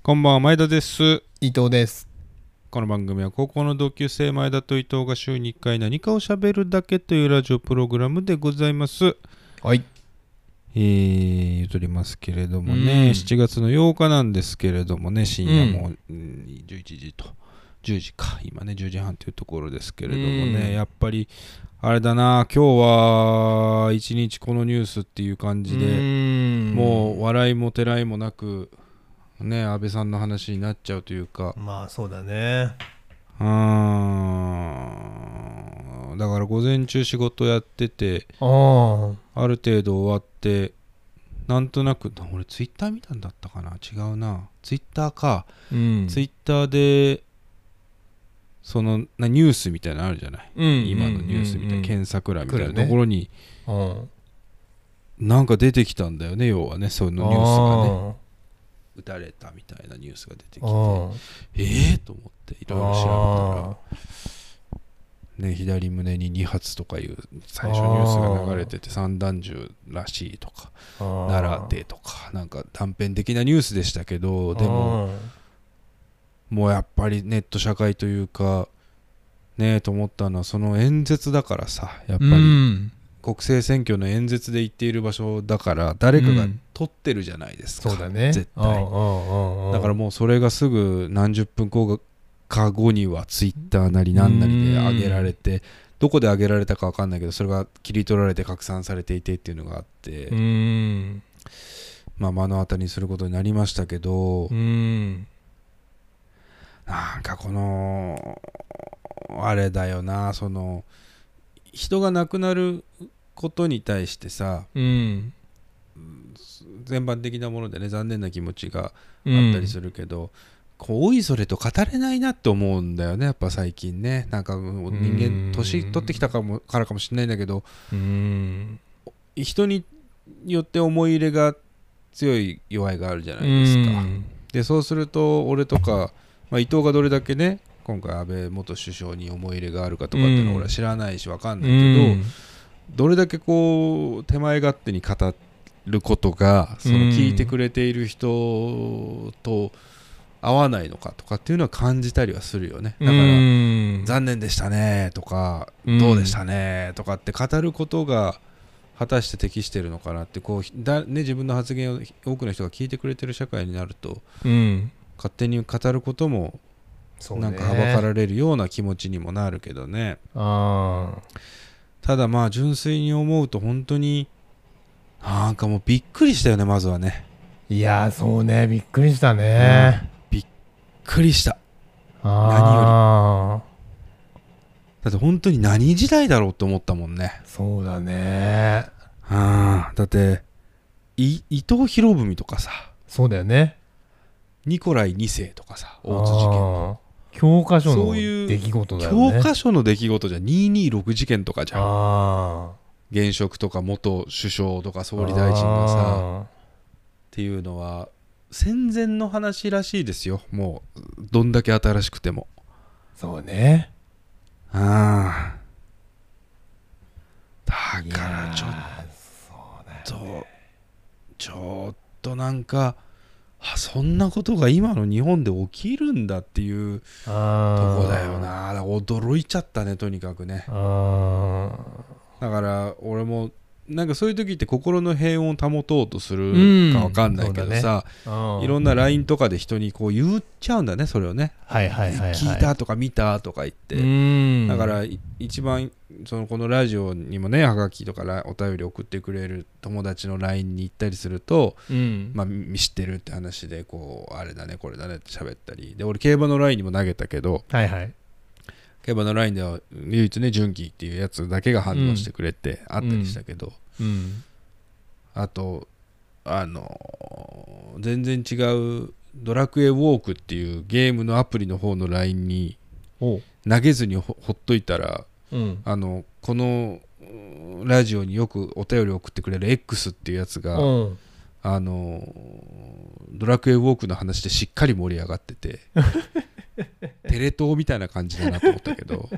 こんばんは、前田です。 伊藤です。 この番組は高校の同級生前田と伊藤が週に1回何かを喋るだけというラジオプログラムでございます。 はい。 ゆとりますけれどもね、7月の8日なんですけれどもね、深夜も11時と10時か、今ね10時半というところですけれどもね、やっぱりあれだな、今日は一日このニュースっていう感じで、もう笑いもてらいもなくね、安倍さんの話になっちゃうというか、 まあそうだね。 だから午前中仕事やってて、ある程度終わって、なんとなく俺ツイッター見たんだったかな、違うな、ツイッターか、ツイッターでそのニュースみたいなのあるじゃない、今のニュースみたいな、検索欄みたいなところに、なんか出てきたんだよね、要はね、そのニュースがね、撃たれたみたいなニュースが出てきて、と思っていろいろ調べたら、ね、左胸に2発とかいう最初ニュースが流れてて、散弾銃らしいとか、奈良でとか、なんか断片的なニュースでしたけど、でももうやっぱりネット社会というかね、と思ったのは、その演説だからさ、やっぱり国政選挙の演説で行っている場所だから誰かが撮ってるじゃないですか、 そうだね、 絶対。だからもうそれがすぐ何十分か後にはツイッターなりなんなりで上げられて、どこで上げられたか分かんないけど、それが切り取られて拡散されていてっていうのがあって、まあ目の当たりにすることになりましたけど、なんかこのあれだよな、その人が亡くなることに対してさ、全般的なものでね、残念な気持ちがあったりするけど、こうおいそれと語れないなって思うんだよね、やっぱ最近ね。なんか人間年取ってきたからかもしれないんだけど、人によって思い入れが強い弱いがあるじゃないですか。でそうすると俺とか、伊藤がどれだけね今回安倍元首相に思い入れがあるかとかっていうのは俺は知らないし分かんないけど、どれだけこう手前勝手に語ることがその聞いてくれている人と合わないのかとかっていうのは感じたりはするよね。だから残念でしたねとかどうでしたねとかって語ることが果たして適してるのかなって、こう自分の発言を多くの人が聞いてくれてる社会になると、勝手に語ることもなんかはばかられるような気持ちにもなるけどね。ただまあ純粋に思うと本当になんかもうびっくりしたよね、まずはね。 いやそうね、びっくりしたね、 びっくりした。何よりだって本当に何時代だろうって思ったもんね。 そうだね。 だって伊藤博文とかさ、 そうだよね、 ニコライ2世とかさ、大津事件、 教科書の出来事だよね。 教科書の出来事じゃん。226事件とかじゃん。現職とか元首相とか総理大臣がさっていうのは戦前の話らしいですよ。もうどんだけ新しくても。 そうね。 だからちょっとなんかそんなことが今の日本で起きるんだっていうとこだよな。だから驚いちゃったね、とにかくね。だから俺もなんかそういう時って心の平穏を保とうとするか分かんないけどさ、いろんな LINE とかで人にこう言っちゃうんだね、それをね。聞いたとか見たとか言って、だから一番このラジオにもね、はがきとかお便り送ってくれる友達の LINE に行ったりすると、まあ知ってるって話でこうあれだねこれだねって喋ったりで、俺競馬の LINE にも投げたけど、競馬の LINE では唯一ね純喜っていうやつだけが反応してくれてあったりしたけど、あと全然違うドラクエウォークっていうゲームのアプリの方の LINE に投げずにほっといたら、このラジオによくお便り送ってくれる X っていうやつが、ドラクエウォークの話でしっかり盛り上がっててテレ東みたいな感じだなと思ったけど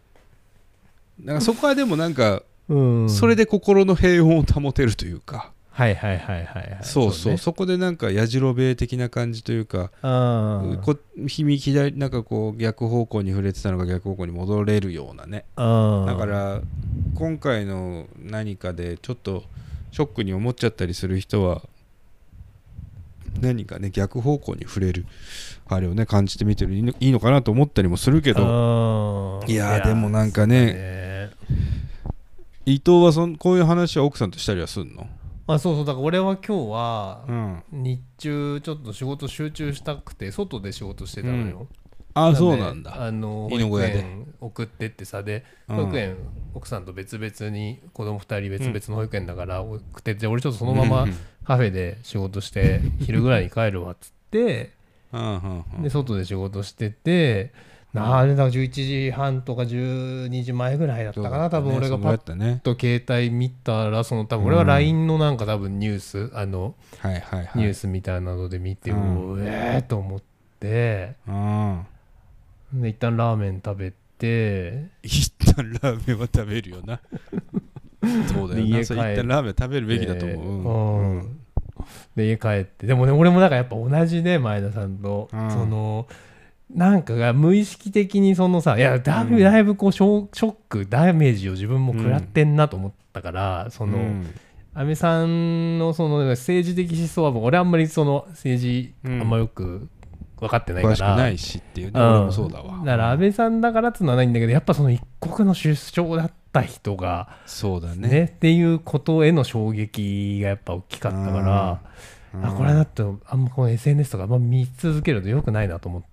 なんかそこはでもなんか、それで心の平穏を保てるというか、 はいはいはいはい、 そうそう、そこでなんかやじろべえ的な感じというか、左なんかこう逆方向に触れてたのが逆方向に戻れるようなね。だから今回の何かでちょっとショックに思っちゃったりする人は何かね逆方向に触れるあれをね感じてみてるいいのかなと思ったりもするけど、いやでもなんかね、伊藤はこういう話は奥さんとしたりはすんの？ そうそう、だから俺は今日は日中ちょっと仕事集中したくて外で仕事してたのよ。 そうなんだ。 保育園送ってってさ、で保育園奥さんと別々に子供2人別々の保育園だから送ってって、俺ちょっとそのままカフェで仕事して昼ぐらいに帰るわっつってで外で仕事してて、あれだ11時半とか12時前ぐらいだったかな、多分俺がパッと携帯見たら多分俺は LINE のなんか多分ニュースニュースみたいなので見てと思ってで一旦ラーメン食べて一旦ラーメンは食べるよなそうだよな、一旦ラーメン食べるべきだと思う。 で家帰ってでもね俺もなんかやっぱ同じね前田さんとそのなんかが無意識的にそのさ、いやだいぶこうショックダメージを自分も食らってんなと思ったから、その安倍さんのその政治的思想は俺あんまりその政治あんまよく分かってないから、 詳しくないしっていうね、俺もそうだわ。 だから安倍さんだからっていうのはないんだけど、やっぱその一国の首相だった人がそうだねっていうことへの衝撃がやっぱ大きかったから、これだとあんまこの SNS とかあんま見続けると良くないなと思って、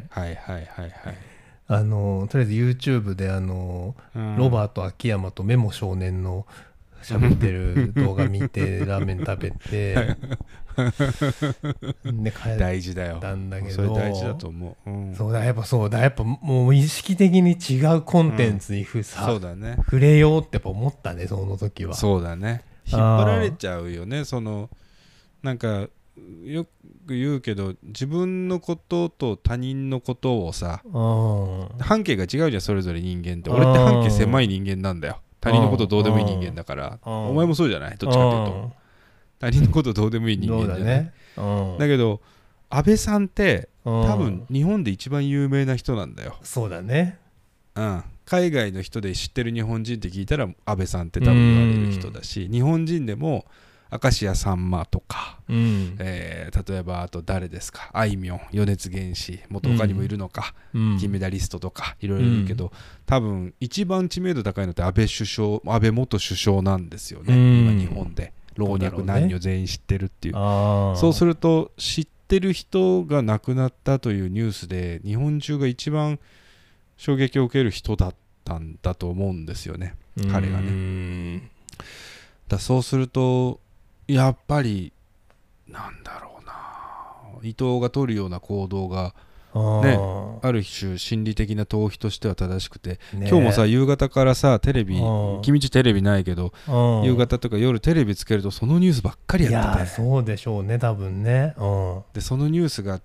とりあえず YouTube でロバート秋山とメモ少年の喋ってる動画見てラーメン食べてで帰ったんだけど、 それ大事だと思う。 そうだやっぱもう意識的に違うコンテンツにそうだね、 触れようってやっぱ思ったね、その時は。 そうだね、引っ張られちゃうよね。そのなんかよく言うけど自分のことと他人のことをさ半径が違うじゃん、それぞれ人間って。俺って半径狭い人間なんだよ。他人のことどうでもいい人間だから。お前もそうじゃない？どっちかっていうと他人のことどうでもいい人間じゃない？だけど安倍さんって多分日本で一番有名な人なんだよ。 そうだね。 海外の人で知ってる日本人って聞いたら安倍さんって多分言われる人だし、日本人でも明石家さんまとか、例えばあと誰ですか、あいみょん、米津玄師、もっと他にもいるのか、金メダリストとかいろいろいるけど、多分一番知名度高いのって安倍元首相なんですよね、今日本で。老若男女全員知ってるっていう。そうすると知ってる人が亡くなったというニュースで日本中が一番衝撃を受ける人だったんだと思うんですよね、彼がね。そうするとやっぱりなんだろうな、伊藤が取るような行動がね、ある種心理的な逃避としては正しくて、今日もさ夕方からさテレビ、君んちテレビないけど夕方とか夜テレビつけるとそのニュースばっかりやってて、いやそうでしょうね多分ね。 でそのニュースが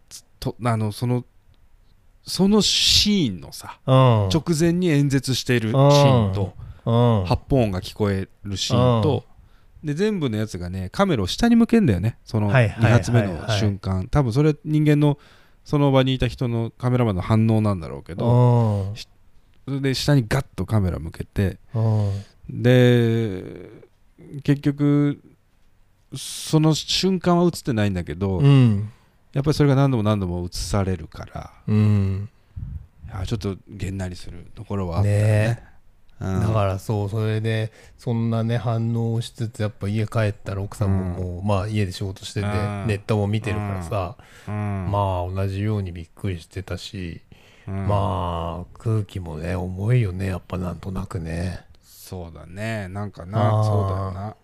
そのシーンのさ、直前に演説しているシーンと、発砲音が聞こえるシーンと、で全部のやつがねカメラを下に向けんだよね、その2発目の瞬間。多分それ人間のその場にいた人のカメラマンの反応なんだろうけど、それで下にガッとカメラ向けて、で結局その瞬間は映ってないんだけど、やっぱりそれが何度も何度も映されるから、ちょっとげんなりするところはあったよね。 だからそれでそんなね反応をしつつやっぱ家帰ったら奥さんももう家で仕事しててネットも見てるからさ、まあ同じようにびっくりしてたし、まあ空気もね重いよねやっぱなんとなくね。 そうだね、なんかな、そうだよな。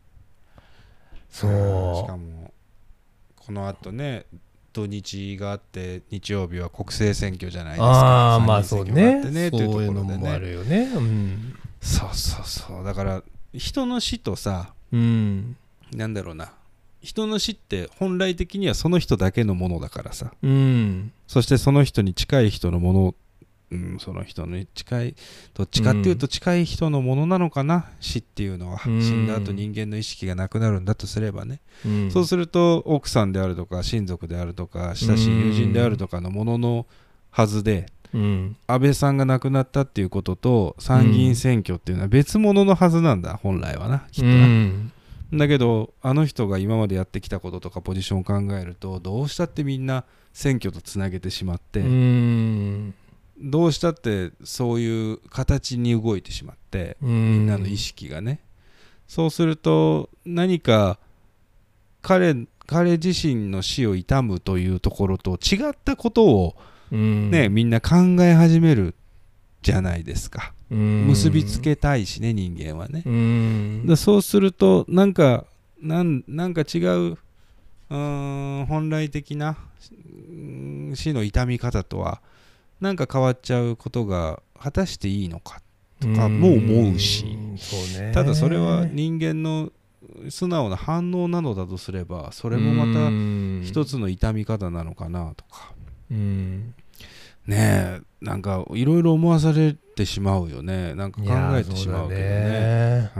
しかもこのあとね土日があって日曜日は国政選挙じゃないですか。 まあそうね、そういうのもあるよね。 そうだから人の死とさ、なんだろうな、人の死って本来的にはその人だけのものだからさ、そしてその人に近い人のものその人に近い、どっちかっていうと近い人のものなのかな、死っていうのは。死んだ後人間の意識がなくなるんだとすればね、そうすると奥さんであるとか親族であるとか親しい友人であるとかのもののはずで、安倍さんが亡くなったっていうことと参議院選挙っていうのは別物のはずなんだ、本来はな、きっとな。だけどあの人が今までやってきたこととかポジションを考えると、どうしたってみんな選挙とつなげてしまって、どうしたってそういう形に動いてしまって、みんなの意識がね。そうすると何か彼自身の死を悼むというところと違ったことを、ね、みんな考え始めるじゃないですか。結びつけたいしね、人間はね。そうするとなんか違う、本来的な死の痛み方とはなんか変わっちゃうことが果たしていいのかとかも思うし、 そうね、 ただそれは人間の素直な反応なのだとすれば、それもまた一つの痛み方なのかなとか、ねえ、なんかいろいろ思わされてしまうよね。なんか考えてしまうけどね。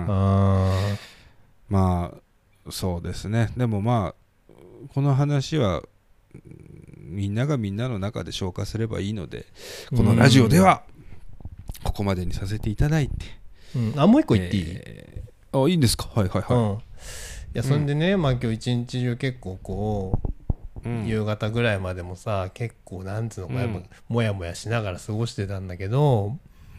まあそうですね。でもまあこの話はみんながみんなの中で消化すればいいので、このラジオではここまでにさせていただいて、 もう一個言っていい？ いいんですか？はいはいはい。 いや、それでね、まあ今日一日中結構こう、夕方ぐらいまでもさ、結構なんつうのかな、もやもやしながら過ごしてたんだけど、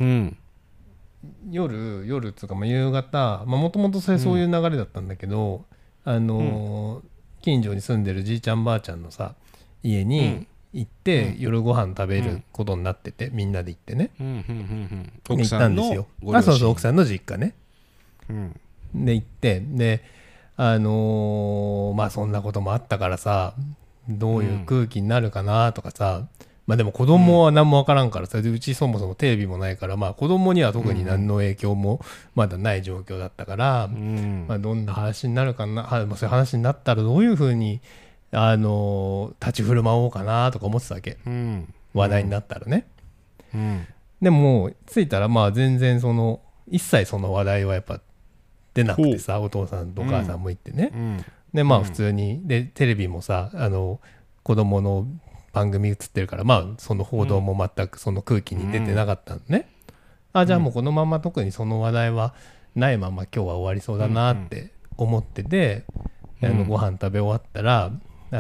夜つうか、まあ、夕方、もともとそういう流れだったんだけど、近所に住んでるじいちゃんばあちゃんのさ家に行って、夜ご飯食べることになってて、みんなで行ってね、 奥さんの行ったんですよ。そうそう、奥さんの実家ね、で行って、でまあそんなこともあったからさ、どういう空気になるかなとかさ、まあでも子供は何も分からんからさ、うちそもそもテレビもないから、まあ子供には特に何の影響もまだない状況だったから、まあどんな話になるかな、そういう話になったらどういうふうに立ち振る舞おうかなとか思ってたわけ、話題になったらね。でも着いたらまあ全然一切その話題はやっぱ出なくてさ、お父さんとお母さんも言ってね、でまあ普通にでテレビもさ子供の番組映ってるから、まあその報道も全くその空気に出てなかったのね。じゃあもうこのまま特にその話題はないまま今日は終わりそうだなって思ってて、ご飯食べ終わったら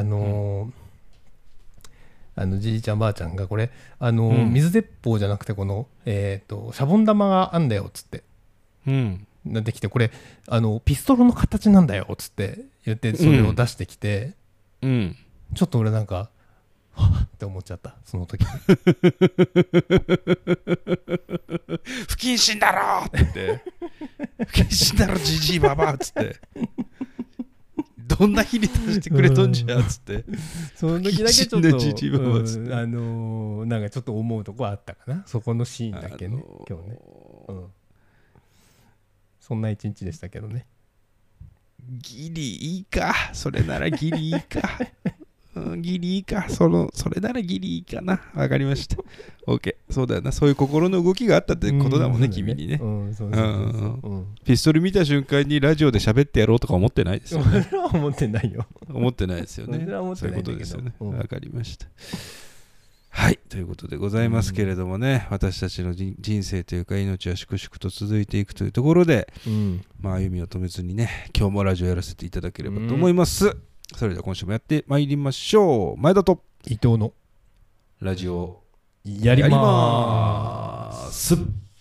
じいちゃんばあちゃんがこれ水鉄砲じゃなくてこのシャボン玉があんだよっつって、できて、これピストルの形なんだよっつって言って、それを出してきて、ちょっと俺なんかはぁって思っちゃった、その時。不謹慎だろって言って不謹慎だろじじいばばっつってどんな日に出してくれとんじゃっつって、 その時だけちょっとなんかちょっと思うとこあったかな、そこのシーンだけね、今日ね、そんな一日でしたけどね。 ギリいいか、それならギリいいかギリいいか、それならギリいいかな。わかりました。OK。そうだよな。そういう心の動きがあったってことだもんね、君にね。ピストル見た瞬間にラジオで喋ってやろうとか思ってないですよね。 それは思ってないよ。 思ってないですよね。そういうことですよね。わかりました。はい。ということでございますけれどもね、私たちの人生というか命は粛々と続いていくというところで、まあ歩みを止めずにね、今日もラジオやらせていただければと思います。それでは今週もやってまいりましょう。前田と伊藤のラジオやりまーす。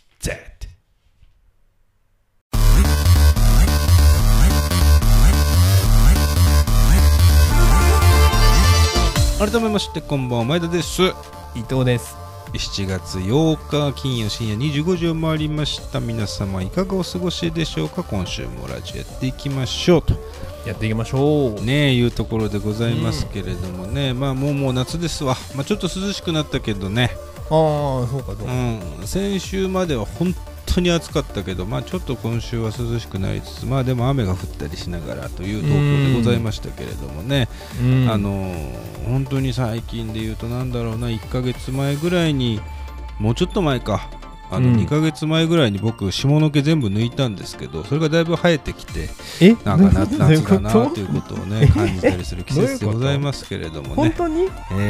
改めましてこんばんは、前田です。 伊藤です。 7月8日金曜深夜25時を回りました。皆様いかがお過ごしでしょうか。今週もラジオやっていきましょうとやっていきましょうねいうところでございますけれどもね、まあもう夏ですわ。まあちょっと涼しくなったけどね。 そうか先週までは本当に暑かったけど、まあちょっと今週は涼しくなりつつ、まあでも雨が降ったりしながらという東京でございましたけれどもね、本当に最近で言うとなんだろうな、1ヶ月前ぐらいにもうちょっと前か2ヶ月前ぐらいに僕下の毛全部抜いたんですけど、それがだいぶ生えてきてなんか夏だなということをね感じたりする季節でございますけれどもね。 本当に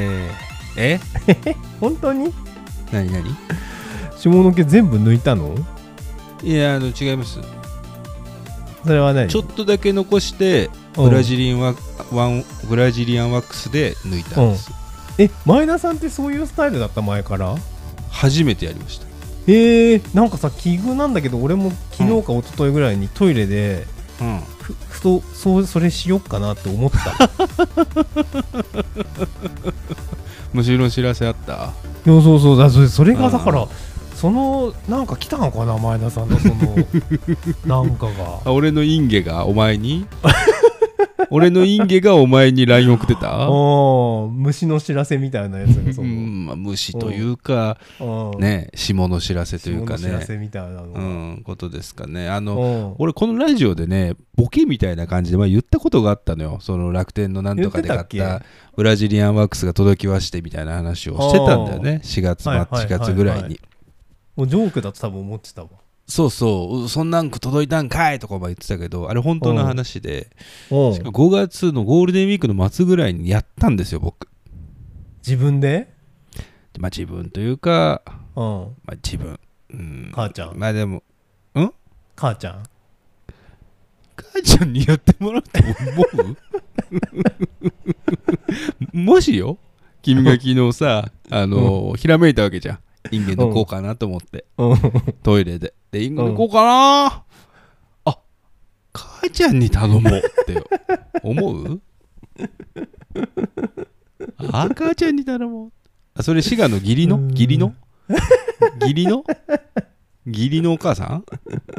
本当に何下の毛全部抜いたの？ いや違います。 それは何？ ちょっとだけ残してブラジリアンワックスで抜いたんです。 前田さんってそういうスタイルだった？前から初めてやりました。 なんかさ奇遇なんだけど、俺も昨日か一昨日ぐらいにトイレで、ふとそれしよっかなって思った。 虫の知らせあった？ そうそれがだからなんか来たのかな、前田さんのなんかが俺のインゲがお前に俺のインゲがお前に LINE 送ってた？ 虫の知らせみたいなやつが虫というかね、霜の知らせというかね、 霜の知らせみたいなのことですかね。俺このラジオでねボケみたいな感じで言ったことがあったのよ。その楽天のなんとかで買ったブラジリアンワックスが届きましてみたいな話をしてたんだよね。4月ぐらいに。 もうジョークだと多分思ってたわ。 そうそんなん届いたんかいとか言ってたけど、あれ本当の話で、しかも5月のゴールデンウィークの末ぐらいにやったんですよ僕。 自分で？ 自分というか、自分、 母ちゃん。 でも母ちゃんにやってもらうと思う？もしよ、君が昨日さひらめいたわけじゃん。インゲ抜こうかなと思ってトイレでインゲ抜こうかな、母ちゃんに頼もうって思う？母ちゃんに頼もう。それ滋賀の義理のお母さん？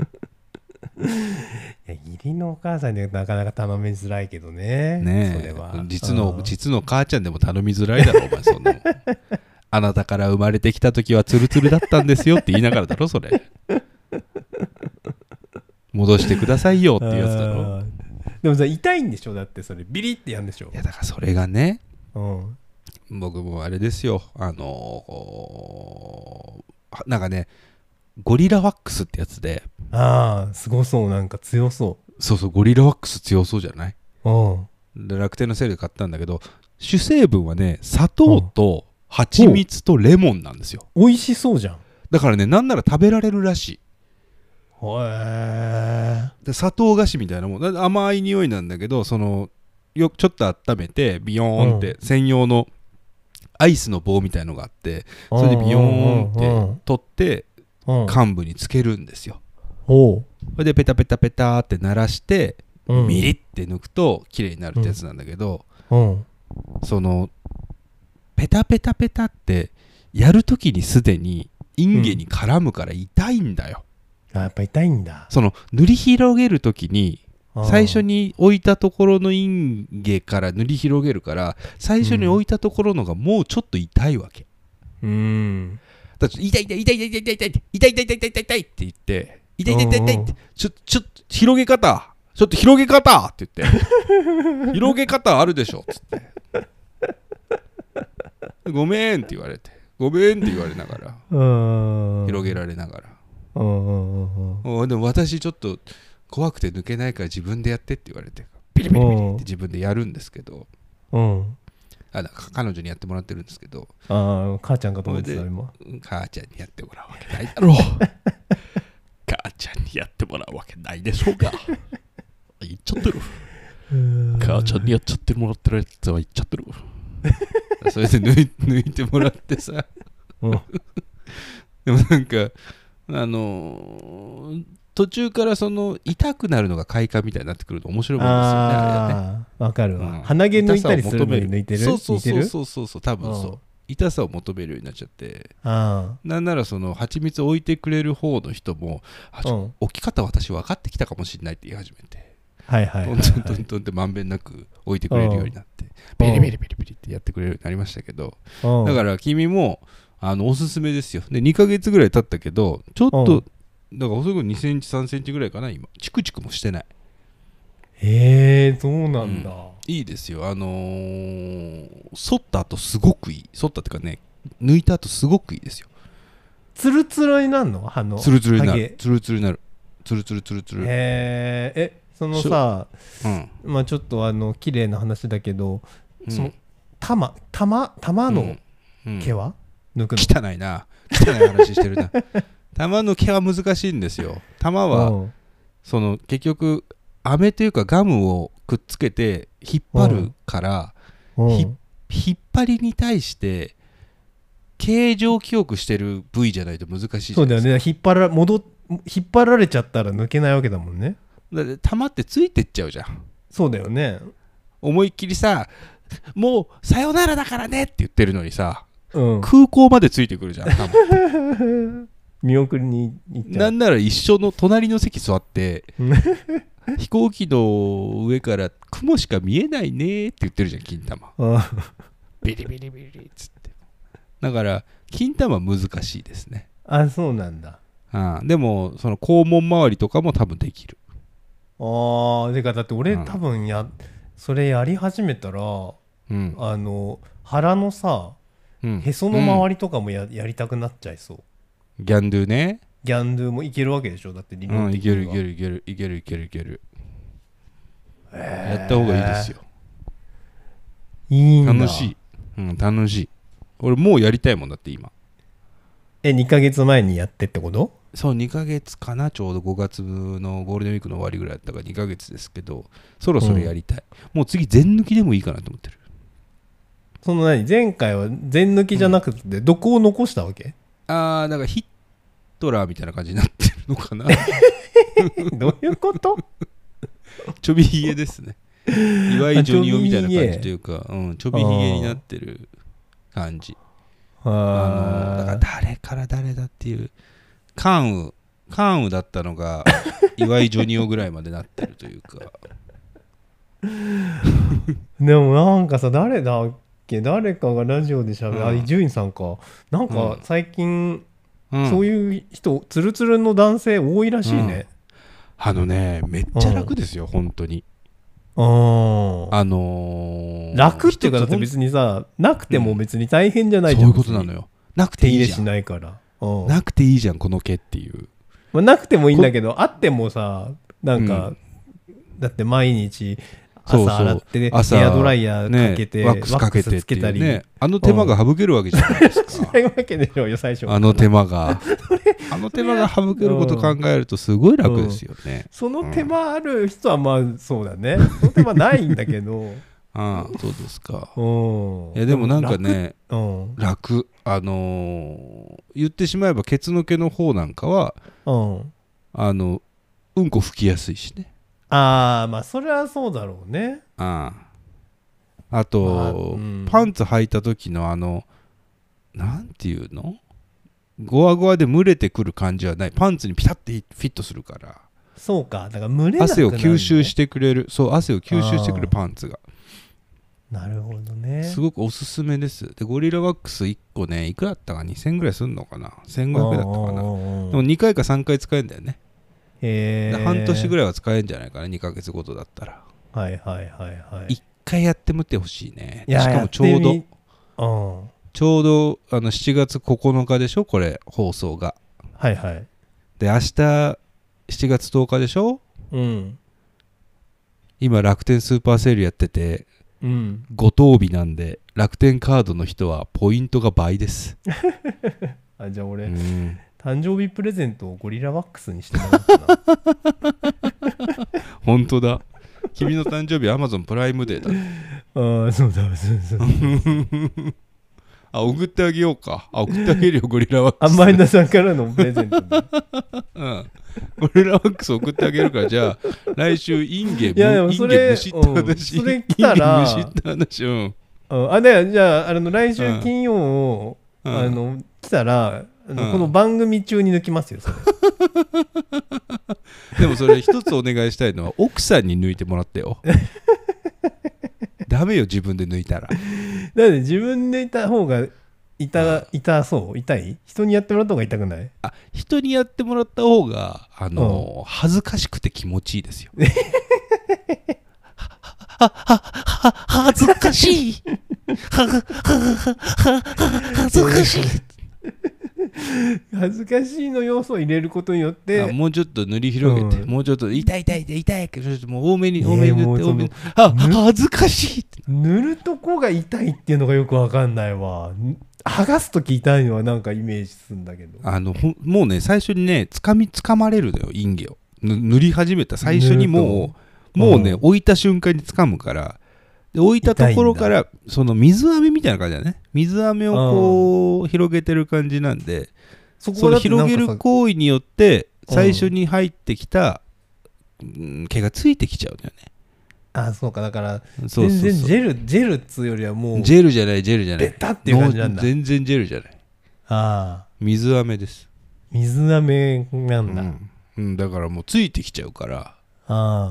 義理のお母さんにはなかなか頼みづらいけどね。それは実の母ちゃんでも頼みづらいだろお前。そんなもんあなたから生まれてきた時はツルツルだったんですよって言いながらだろそれ。戻してくださいよっていうやつだろ。 でもさ痛いんでしょ？だってそれビリってやんでしょ？ いやだからそれがね、僕もあれですよ、なんかねゴリラワックスってやつで、 すごそう、なんか強そう。 そうゴリラワックス強そうじゃない？で楽天のセールで買ったんだけど、主成分はね砂糖と蜂蜜とレモンなんですよ。 美味しそうじゃん。 だからね、なんなら食べられるらしい。で砂糖菓子みたいなもん、甘い匂いなんだけど、ちょっと温めてビヨーンって専用のアイスの棒みたいのがあって、それでビヨーンって取って幹部につけるんですよ。それでペタペタペタって鳴らしてミリって抜くと綺麗になるってやつなんだけど、ペタペタペタってやるときにすでにインゲに絡むから痛いんだよ。 やっぱ痛いんだ。 塗り広げるときに最初に置いたところのインゲから塗り広げるから、最初に置いたところのがもうちょっと痛いわけ。だって痛い痛い痛い痛い痛い痛い痛い痛い痛い痛い痛い痛いって言って痛い痛い痛い痛いってちょっと広げ方って言って広げ方あるでしょっつってごめんって言われて、ごめんって言われながら広げられながら、でも私ちょっと怖くて抜けないから自分でやってって言われてピリピリピリって自分でやるんですけど、彼女にやってもらってるんですけど、 母ちゃんかと思ってた今。 母ちゃんにやってもらうわけないだろう母ちゃんにやってもらうわけないでしょうか言っちゃってる。母ちゃんにやっちゃってもらってるやつは言っちゃってるそれで抜いてもらってさでもなんか途中から痛くなるのが快感みたいになってくると面白いもんですよね、あれね。 わかるわ、鼻毛抜いたりするのに抜いてる。 そう多分そう痛さを求めるようになっちゃって、なんなら蜂蜜置いてくれる方の人も置き方私分かってきたかもしれないって言い始めて、トントンってまんべんなく置いてくれるようになって、ベリベリベリベリってやってくれるようになりましたけど、だから君もおすすめですよ。で2ヶ月ぐらい経ったけどちょっとだからおそらく2センチ3センチぐらいかな今。チクチクもしてない。 そうなんだ、 いいですよ。剃った後すごくいい。剃ったっていうかね、抜いた後すごくいいですよ。 ツルツルになるの？ ツルツルになる。ツルツルになる。ツルツルツルツル。 そのさ、まあちょっと綺麗な話だけど、その玉の毛は抜くの？ 汚いな。汚い話してるな。玉の毛は難しいんですよ。玉はその結局飴というかガムをくっつけて引っ張るから引っ張りに対して形状記憶してる部位じゃないと難しいじゃないですか。 そうだよね。引っ張られちゃったら抜けないわけだもんね。 だって玉ってついてっちゃうじゃん。 そうだよね。 思いっきりさ、もうさよならだからねって言ってるのにさ、空港までついてくるじゃん玉見送りに行っちゃう。 なんなら一緒の隣の席座って飛行機の上から雲しか見えないねって言ってるじゃん金玉。ビリビリビリっつって。だから金玉難しいですね。 そうなんだ。 でもその肛門周りとかも多分できる。 てかだって俺多分それやり始めたら、腹のさ、へその周りとかもやりたくなっちゃいそう。 ギャンドゥね。 ギャンドゥもいけるわけでしょ。だって理論的には。 いける。やった方がいいですよ。 いいんだ。 楽しい。楽しい。俺もうやりたいもんだって今。 2ヶ月前にやってってこと？ そう、2ヶ月かな。ちょうど5月のゴールデンウィークの終わりぐらいだったから2ヶ月ですけど、そろそろやりたい。もう次全抜きでもいいかなと思ってる。 その前回は全抜きじゃなくてどこを残したわけ？ だからヒットラーみたいな感じになってるのかな。 どういうこと？ ちょびひげですね。岩井ジョニオみたいな感じというか、ちょびひげになってる感じ。だから誰から誰だっていう関羽だったのが岩井ジョニオぐらいまでなってるというか。 でもなんかさ、誰だっけ、誰かがラジオでしゃべる、伊集院さんかなんか最近、そういう人ツルツルの男性多いらしいね。 めっちゃ楽ですよ本当に。 楽っていうかだって別にさ、なくても別に大変じゃないじゃん。 そういうことなのよ。なくていいじゃん。 手入れしないから。 なくていいじゃんこの毛っていう。 なくてもいいんだけど、あってもさ、なんか、だって毎日朝洗ってヘアドライヤーかけて、 ワックスかけてつけたり、 手間が省けるわけじゃないですか。 しないわけでしょうよ最初。 手間が省けること考えるとすごい楽ですよね。 その手間ある人はまあそうだね。その手間ないんだけど。 そうですか。いやでもなんかね、楽。言ってしまえばケツの毛の方なんかはうんこ拭きやすいしね。 まあそれはそうだろうね。 あと、パンツ履いた時のなんていうの、ゴワゴワで蒸れてくる感じはない。パンツにピタッてフィットするから。 そうか、だから蒸れなくなる、ね、 汗を吸収してくれる。そう、汗を吸収してくれるパンツが。 なるほどね。 すごくおすすめです。でゴリラワックス1個ね、いくらだったか2000ぐらいすんのかな、1500円だったかな。でも2回か3回使えるんだよね。半年ぐらいは使えるんじゃないかな、2ヶ月ごとだったら。 はい。 1回やってみてほしいね。しかもちょうど7月9日でしょこれ放送が。 で明日7月10日でしょ。今楽天スーパーセールやってて、ご当日なんで楽天カードの人はポイントが倍です。 じゃあ俺、誕生日プレゼントをゴリラワックスにしてもらおうかな。 本当だ。君の誕生日 Amazon プライムデーだ。 そうだ。 送ってあげようか。送ってあげるよゴリラワックス。 前田さんからのプレゼントで。 ゴリラワックス送ってあげるから、じゃあ来週インゲむしった話。 それ来たら、 じゃあ来週金曜来たらこの番組中に抜きますよそれ。 でもそれ一つお願いしたいのは奥さんに抜いてもらってよ。ダメよ自分で抜いたら。 だって自分でいた方が痛そう？痛い？人にやってもらった方が痛くない？ 人にやってもらった方が恥ずかしくて気持ちいいですよ。恥ずかしい。恥ずかしい。 恥ずかしいの要素を入れることによってもうちょっと塗り広げて、もうちょっと痛い痛い痛い痛いけどもう多めに塗って多めに恥ずかしいって塗るとこが痛いっていうのがよくわかんないわ。剥がすとき痛いのはなんかイメージするんだけど、 もうね最初にね掴まれるのよ、インゲを塗り始めた最初にもうね、置いた瞬間に掴むから、で置いたところからその水飴みたいな感じだね。水飴をこう広げてる感じなんで、その広げる行為によって最初に入ってきた毛がついてきちゃうんだよね。 あ、そうか。だから全然ジェルっつうよりはもうジェルじゃないベタっていう感じなんだ。 全然ジェルじゃない。水飴です。 水飴なんだ、 だからもうついてきちゃうから、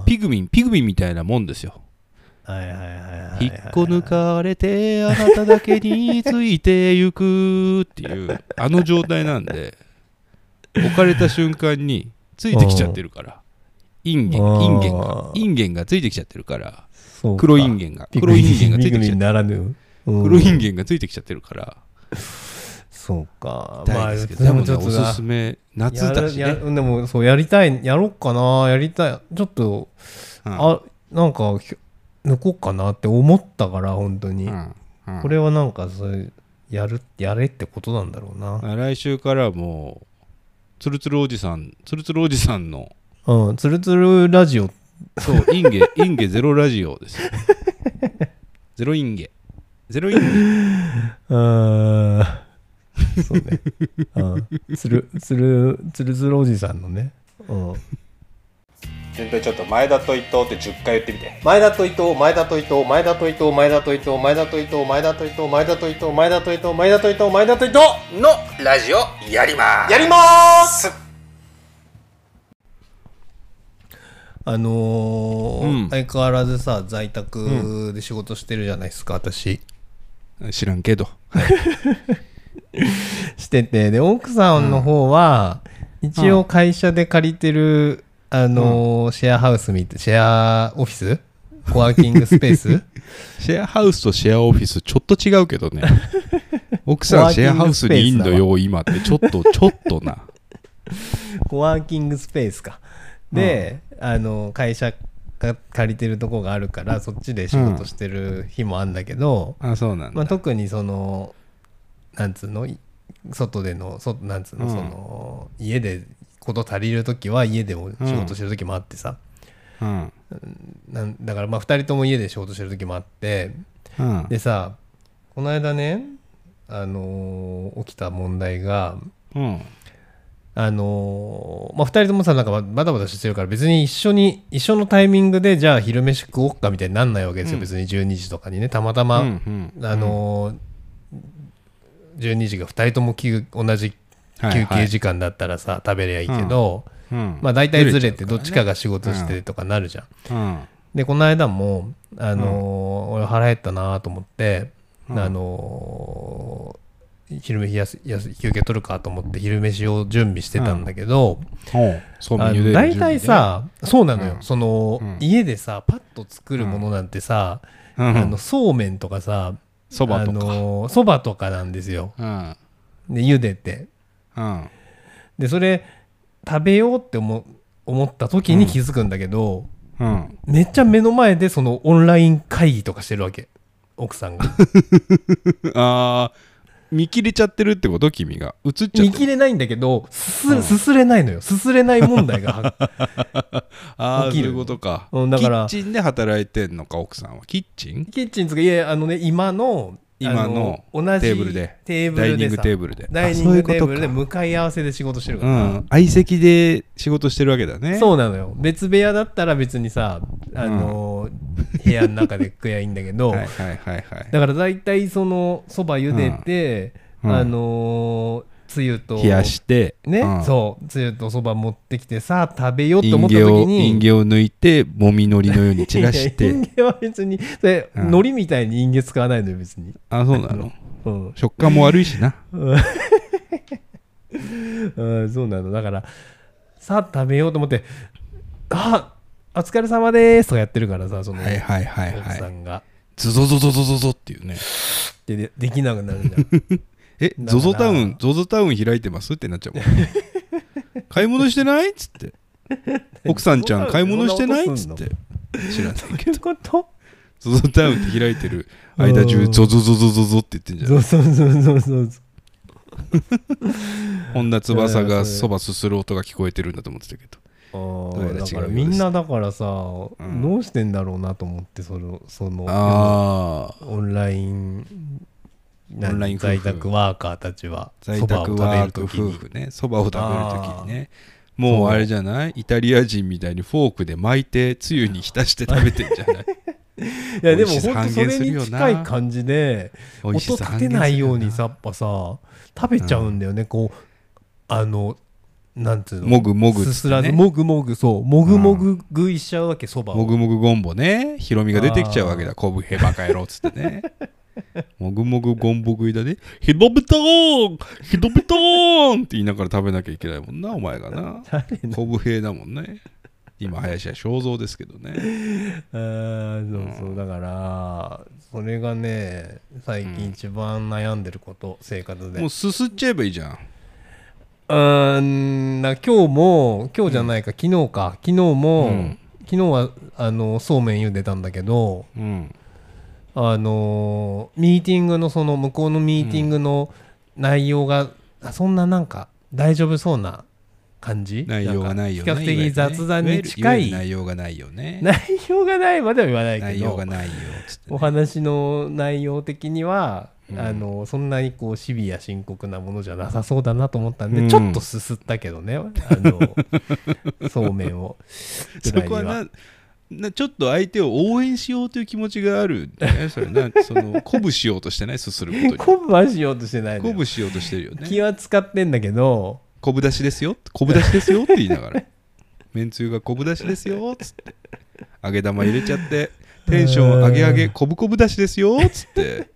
ピグミンみたいなもんですよ。引っこ抜かれてあなただけについてゆくっていう状態なんで、置かれた瞬間についてきちゃってるから、インゲンがついてきちゃってるから、黒インゲンがついてきちゃってる、黒インゲンがついてきちゃってるから、 そうか。 まあでもね、おすすめ夏だしね。 でもそうやりたい、やろうかな、やりたい。ちょっとなんか抜こうかなって思ったから本当に、これはなんかそういうやれってことなんだろうな。 来週からもうつるつるおじさんのつるつるラジオ、 そうインゲゼロラジオですよ。ゼロインゲそうね。つるつるおじさんのね。 全体ちょっと前田と伊藤って10回言ってみて。 前田と伊藤、前田と伊藤、前田と伊藤、前田と伊藤、前田と伊藤、前田と伊藤、前田と伊藤、前田と伊藤、前田と伊藤、前田と伊藤のラジオやりまーす。相変わらずさ、在宅で仕事してるじゃないですか、私。 知らんけど。 してて、で奥さんの方は、一応会社で借りてるシェアハウスシェアオフィス、コワーキングスペースシェアハウスとシェアオフィスちょっと違うけどね。奥さんシェアハウスにいんのよ今ってちょっとな。 コワーキングスペースか。で、会社が借りてるとこがあるからそっちで仕事してる日もあるんだけど、 そうなんだ。 特にそのなんつうの、外でのなんつうの、その家でこと足りるときは家でも仕事してるときもあってさ、だからまあ2人とも家で仕事してるときもあって、でさ、この間ね、起きた問題が、まあ、2人ともさ、なんかバタバタしてるから別に一緒のタイミングでじゃあ昼飯食おうかみたいになんないわけですよ、別に12時とかにね。たまたま、12時が2人とも同じ休憩時間だったらさ、食べればいいけど、まあ大体ずれてどっちかが仕事してとかなるじゃん。でこの間も俺腹減ったなと思って、昼飯休憩取るかと思って昼飯を準備してたんだけど、大体さ、そうなのよ、その家でさパッと作るものなんてさ、そうめんとかさ、そばとかなんですよ。で茹でて、でそれ食べようって思った時に気づくんだけど、めっちゃ目の前でそのオンライン会議とかしてるわけ、奥さんが。 見切れちゃってるってこと？君が映っちゃってる。 見切れないんだけどすすれないのよ。すすれない問題が起きる。 そういうことか。 だからキッチンで働いてんのか、奥さんは。キッチンつか、いや今の同じテーブルでダイニングテーブルで向かい合わせで仕事してるから、 相席で仕事してるわけだね。 そうなのよ。別部屋だったら別にさ、部屋の中で食えばいいんだけど、だから大体そのそば茹でて、つゆと冷やしてね、そうつゆとそば持ってきてさ食べようと思った時にインゲを抜いてもみのりのように散らしてインゲは別に海苔みたいにインゲ使わないのよ別に。 そうなの。食感も悪いしな。 そうなの。だからさ食べようと思ってお疲れ様でーすとかやってるからさ、その奥さんがズゾゾゾゾゾゾっていうね。 できなくなるじゃん。 ZOZOタウン開いてますってなっちゃうもん買い物してないっつって奥さんちゃん買い物してないっつって知らないけどZOZOタウンって開いてる間中ゾゾゾゾゾゾって言ってんじゃんそう本田翼がそばすする音が聞こえてるんだと思ってたけどだからみんなだからさ、どうしてんだろうなと思ってそのオンライン在宅ワーカーたちは在宅ワーク夫婦ねそばを食べるときにねもうあれじゃないイタリア人みたいにフォークで巻いてつゆに浸して食べてんじゃないいやでも本当それに近い感じで音立てないようにさやっぱさ食べちゃうんだよね、こうなんつうのもぐもぐすすらずもぐもぐそうもぐもぐ食いしちゃうわけそばをもぐもぐゴンボねヒロミが出てきちゃうわけだこぶへバカ野郎っつってねもぐもぐゴンボ食いだねヒロビトーンヒロビトーンって言いながら食べなきゃいけないもんなお前がなこぶへだもんね今林家正蔵ですけどねそうだからそれがね最近一番悩んでること、生活でもうすすっちゃえばいいじゃん今日じゃないか、昨日も、昨日はそうめん茹でたんだけど、ミーティングのその向こうのミーティングの内容が、そんななんか大丈夫そうな感じ内容がないよね比較的雑談に近い内容がないよね内容がないまでは言わないけど内容がないよつって、ね、 お話の内容的にはそんなにこうシビア深刻なものじゃなさそうだなと思ったんで、ちょっとすすったけどねそうめんをそこはちょっと相手を応援しようという気持ちがあるんだねそれその鼓舞しようとしてないすすることに鼓舞はしようとしてないのよ鼓舞しようとしてるよね気は使ってんだけど昆布出しですよ昆布出しですよって言いながらめんつゆが昆布出しですよっつって揚げ玉入れちゃってテンション上げ上げ昆布出しですよっつって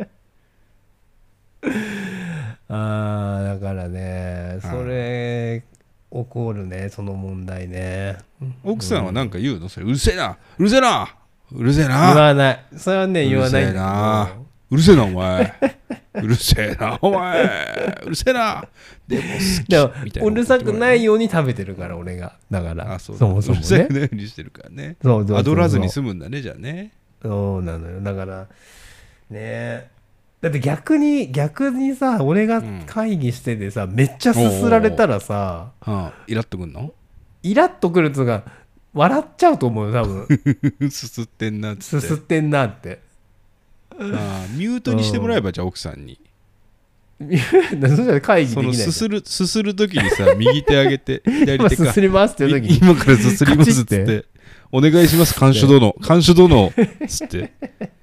だからねそれ起こるねその問題ね奥さんは何か言うのそれうるせえなうるせえなうるせえな言わないそれはね言わないんだけどうるせえなお前うるせえなお前うるせえなでも好きみたいなうるさくないように食べてるから俺がだからそもそもねうるさくないようにしてるからねアドらずに済むんだねじゃあねそうなのよだからねだって逆にさ俺が会議しててさ、めっちゃすすられたらさ、 イラッとくんのイラッとくるつが笑っちゃうと思うよ多分すすってんなってすすってんなってミュートにしてもらえばじゃあ奥さんにそしたら会議できないそのすする時にさ右手上げて左手かすすりますっていう時に今からすすりますっつってお願いします看守殿つって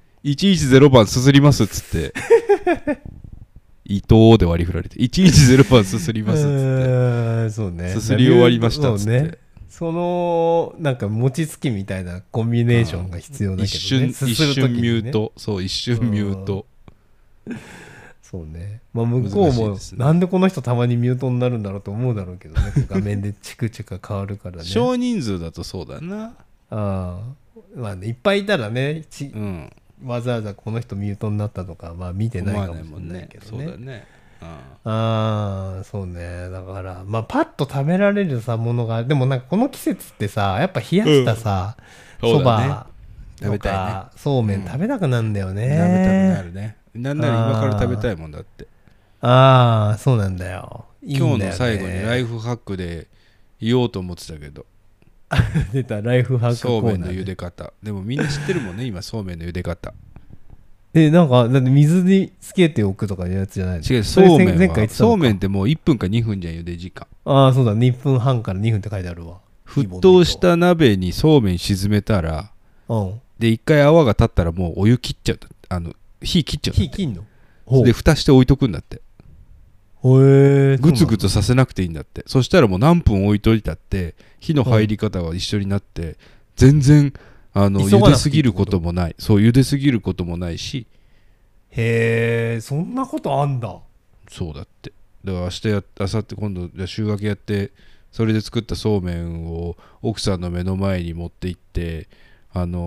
110番すすりますっつって伊藤で割り振られて110番すすりますっつってそうねすすり終わりましたっつってそのなんか餅つきみたいなコンビネーションが必要だけどね一瞬ミュートそう一瞬ミュートそうねまあ向こうもなんでこの人たまにミュートになるんだろうと思うだろうけどね画面でチクチク変わるからね少人数だとそうだなまあねいっぱいいたらねわざわざこの人ミュートになったとかまあ見てないかもしれないけどね。 そうだね。 そうね。だからまあパッと食べられるさものがでもなんかこの季節ってさやっぱ冷やしたさそばとかそうめん食べたくなるんだよね。 食べたくなるね。なんなら今から食べたいもんだって。 そうなんだよ。 今日の最後にライフハックで言おうと思ってたけど。 出たライフハックそうめんの茹で方でもみんな知ってるもんね今そうめんの茹で方なんかだって水につけておくとかいうやつじゃないの違うそうめんってもう1分か2分じゃん茹で時間そうだ1分半から2分って書いてあるわ沸騰した鍋にそうめん沈めたらで1回泡が立ったらもうお湯切っちゃう火切っちゃう火切んので蓋して置いとくんだってグツグツさせなくていいんだってそしたらもう何分置いといたって火の入り方が一緒になって全然茹ですぎることもないそう茹ですぎることもないしそんなことあんだそうだってだから明日明後日今度週明けやってそれで作ったそうめんを奥さんの目の前に持って行って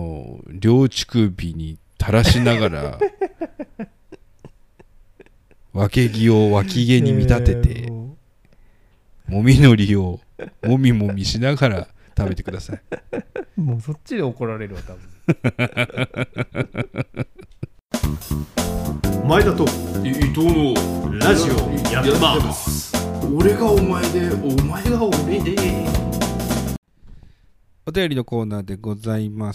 両乳首に垂らしながら分け木を脇毛に見立てて、もみのりをもみもみしながら食べてください。 もうそっちで怒られるわ多分。 前田と伊藤のラジオやってます。 俺がお前でお前が俺で。お便りのコーナーでございます。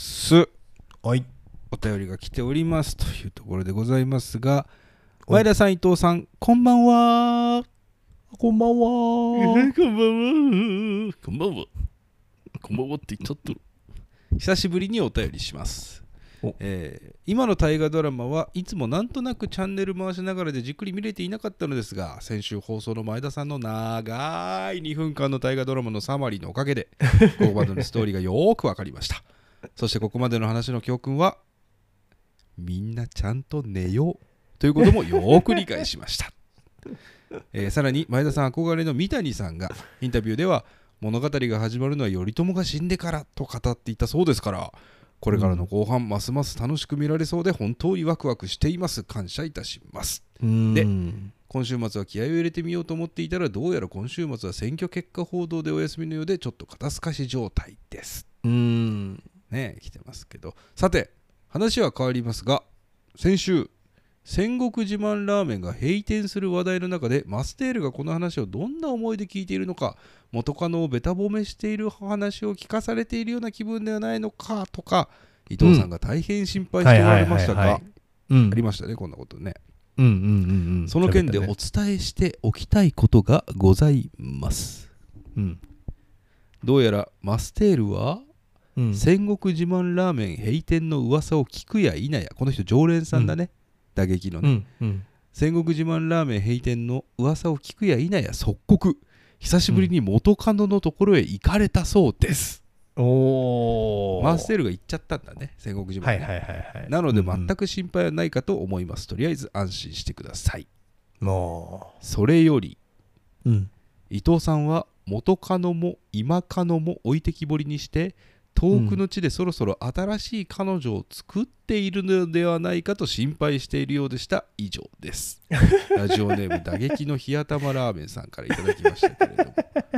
はい、 お便りが来ておりますというところでございますが、前田さん、伊藤さん、こんばんは。 こんばんは。 こんばんは。こんばんは。こんばんはって言っちゃった。久しぶりにお便りします。今の大河ドラマはいつもなんとなくチャンネル回しながらでじっくり見れていなかったのですが、先週放送の前田さんの長い2分間の大河ドラマのサマリーのおかげでここまでのストーリーがよーくわかりました。そしてここまでの話の教訓は、みんなちゃんと寝ようということもよーく理解しました。さらに前田さん憧れの三谷さんがインタビューでは、物語が始まるのは頼朝が死んでからと語っていたそうですから、これからの後半、ますます楽しく見られそうで本当にワクワクしています。感謝いたします。で、今週末は気合を入れてみようと思っていたら、どうやら今週末は選挙結果報道でお休みのようで、ちょっと肩透かし状態です。ね、来てますけど、さて話は変わりますが、先週戦国自慢ラーメンが閉店する話題の中で、マステールがこの話をどんな思いで聞いているのか、元カノをベタ褒めしている話を聞かされているような気分ではないのかとか、伊藤さんが大変心配しておられましたが、ありましたね、こんなことね。その件でお伝えしておきたいことがございます。どうやらマステールは、戦国自慢ラーメン閉店の噂を聞くや否や、この人常連さんだね、打撃のね、戦国自慢ラーメン閉店の噂を聞くや否や即刻久しぶりに元カノのところへ行かれたそうです。マーステールが行っちゃったんだね、戦国自慢ね。なので全く心配はないかと思います。とりあえず安心してください。それより、伊藤さんは元カノも今カノも置いてきぼりにして、遠くの地でそろそろ新しい彼女を作っているのではないかと心配しているようでした。以上です。ラジオネーム打撃の冷や玉ラーメンさんからいただきましたけれども。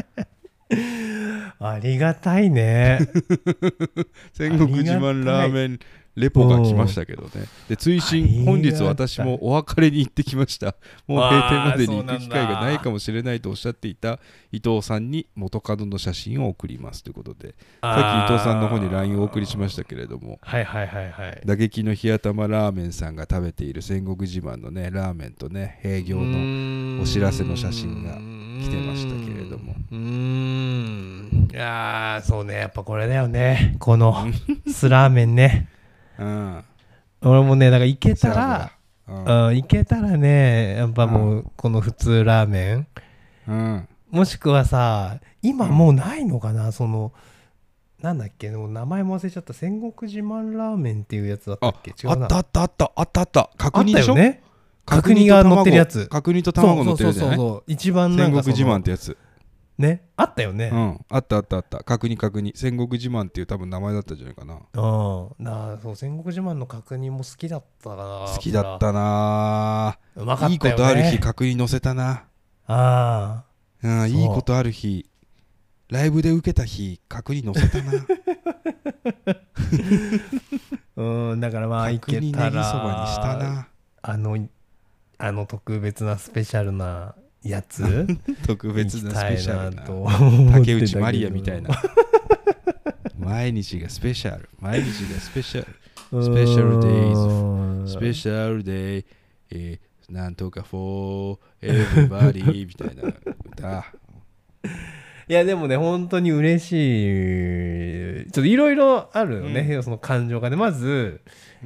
ありがたいね。 戦国自慢ラーメンレポが来ましたけどね。で、追伸、本日私もお別れに行ってきました。もう閉店までに行く機会がないかもしれないとおっしゃっていた伊藤さんに元カノの写真を送りますということで、さっき伊藤さんの方に LINE をお送りしましたけれども、打撃の冷や玉ラーメンさんが食べている戦国自慢のねラーメンとね営業のお知らせの写真が来てましたけれども、 いやーそうね、やっぱこれだよね、このスラーメンね。俺もね、だから行けたら、行けたらね、やっぱもうこの普通ラーメン、もしくはさ、今もうないのかな、そのなんだっけ、もう名前も忘れちゃった、戦国自慢ラーメンっていうやつだったっけ。違うな、あった、角煮でしょ、角煮が乗ってるやつ、 角煮と卵乗ってるやつじゃない。 そう一番なんか戦国自慢ってやつね、あったよね。 あった角煮戦国自慢っていう多分名前だったんじゃないかな。 そう、戦国自慢の角煮も好きだったな。 好きだったな。 うまかったよね。 いいことある日角煮乗せたな。いいことある日ライブで受けた日角煮乗せたな。 だからまあ行けたら角煮ネギそばにしたな。 あの特別なスペシャルなやつ特別なスペシャルな竹内まりやみたいな毎日がスペシャルデイズスペシャルデイ、なんとか for everybody みたいな歌。 いやでもね、本当に嬉しい。ちょっといろいろあるよね、その感情がね。まず、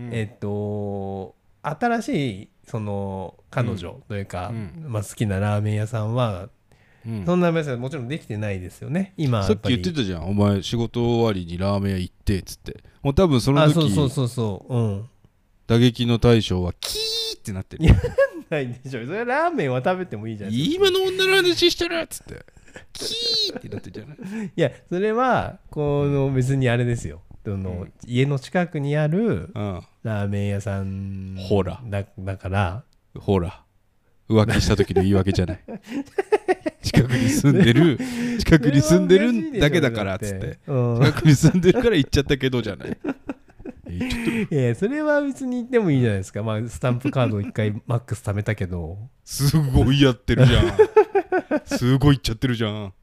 新しいその彼女というか、好きなラーメン屋さんは、そんな話はもちろんできてないですよね。今さっき言ってたじゃん、お前仕事終わりにラーメン屋行ってっつって。もう多分その時打撃の大将はキーってなってる。 ないでしょ。それはラーメンは食べてもいいじゃん。 今の女の話してるっつってキーってなってるじゃない。 いや、それはこの別にあれですよ、家の近くにあるラーメン屋さんほらだから、 ほら浮気した時の言い訳じゃない近くに住んでるだけだからっつって近くに住んでるから行っちゃったけどじゃないいやそれは別に言ってもいいじゃないですか。まあスタンプカードを1回マックス貯めたけどすごいやってるじゃんすごい行っちゃってるじゃん